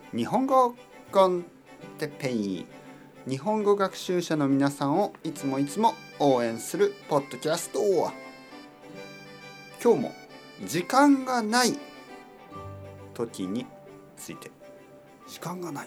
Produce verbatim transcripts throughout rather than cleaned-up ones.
日本語コンテッペイ、日本語学習者の皆さんをいつもいつも応援するポッドキャスト。今日も時間がない時について。時間がない。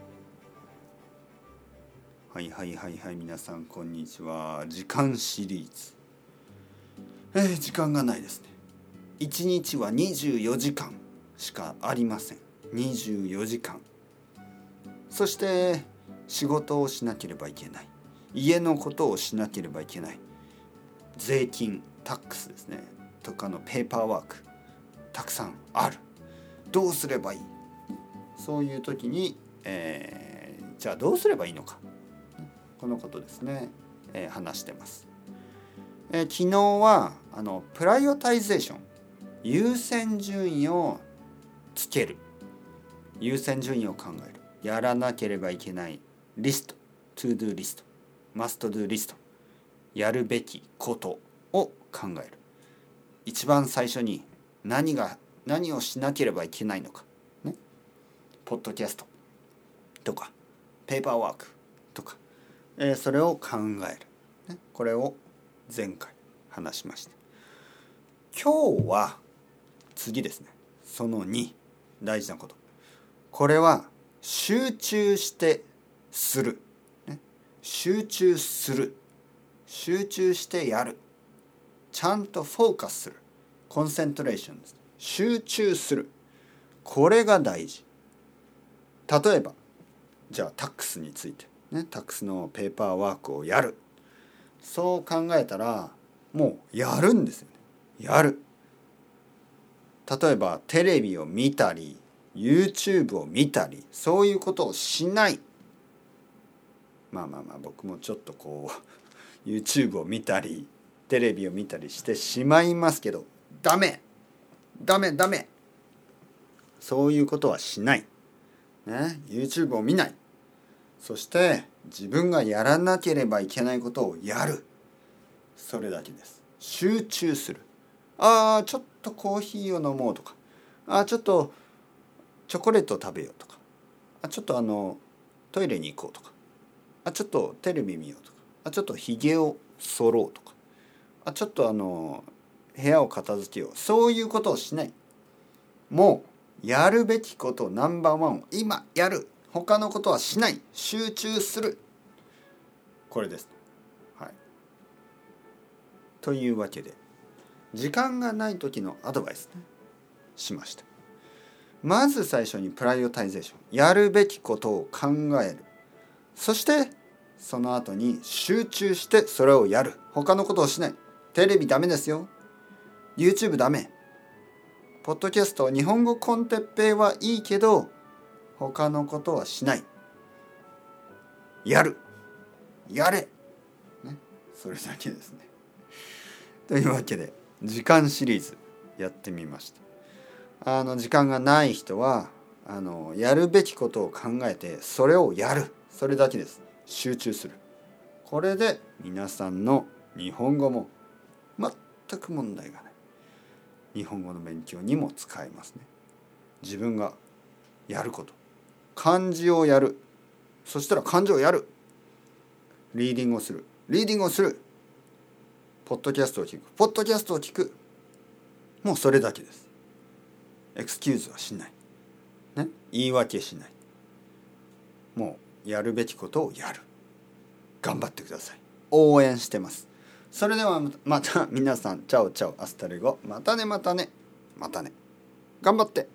はいはいはいはい、皆さんこんにちは。時間シリーズ、えー、時間がないですね。いちにちはにじゅうよじかんしかありません。にじゅうよじかん。そして仕事をしなければいけない、家のことをしなければいけない、税金タックスですねとかのペーパーワークたくさんある。どうすればいい？そういう時に、えー、じゃあどうすればいいのか、このことですね、えー、話してます。えー、昨日はあのプライオタイゼーション、優先順位をつける、優先順位を考える、やらなければいけないリスト、トゥードゥーリスト、マストドゥーリスト、やるべきことを考える。一番最初に何が何をしなければいけないのか、ね、ポッドキャストとかペーパーワークとか、えー、それを考える、ね、これを前回話しました。今日は次ですね。そのに、大事なこと。これは集中してする、ね、集中する、集中してやる、ちゃんとフォーカスする、コンセントレーションです。集中する、これが大事。例えばじゃあタックスについて、ね、タックスのペーパーワークをやる、そう考えたらもうやるんですよね。やる。例えばテレビを見たり YouTube を見たり、そういうことをしない。まあまあまあ僕もちょっとこうYouTube を見たりテレビを見たりしてしまいますけど、ダメダメダメ、そういうことはしない、ね、YouTube を見ない。そして自分がやらなければいけないことをやる、それだけです。集中する。ああちょっとコーヒーを飲もうとか、ああちょっとチョコレートを食べようとか、あちょっとあのトイレに行こうとか、あちょっとテレビ見ようとか、あちょっとひげを剃ろうとか、あちょっとあの部屋を片付けよう、そういうことをしない。もうやるべきことナンバーワンを今やる、他のことはしない、集中する、これです、はい、というわけで時間がない時のアドバイスねしました。まず最初にプライオタイゼーション、やるべきことを考える。そしてその後に集中してそれをやる、他のことをしない。テレビダメですよ、 YouTube ダメ、ポッドキャスト日本語コンテッペイはいいけど他のことはしない。やる、やれ、ね、それだけですね。というわけで時間シリーズやってみました。あの時間がない人はあのやるべきことを考えてそれをやる、それだけです。集中する。これで皆さんの日本語も全く問題がない。日本語の勉強にも使えますね。自分がやること、漢字をやる、そしたら漢字をやる、リーディングをする、リーディングをする、ポッドキャストを聞く、ポッドキャストを聞く、もうそれだけです。エクスキューズはしない、ね、言い訳しない。もうやるべきことをやる。頑張ってください。応援してます。それではまた皆さん、チャオチャオ、アスタレゴ、またねまたねまたね、頑張って。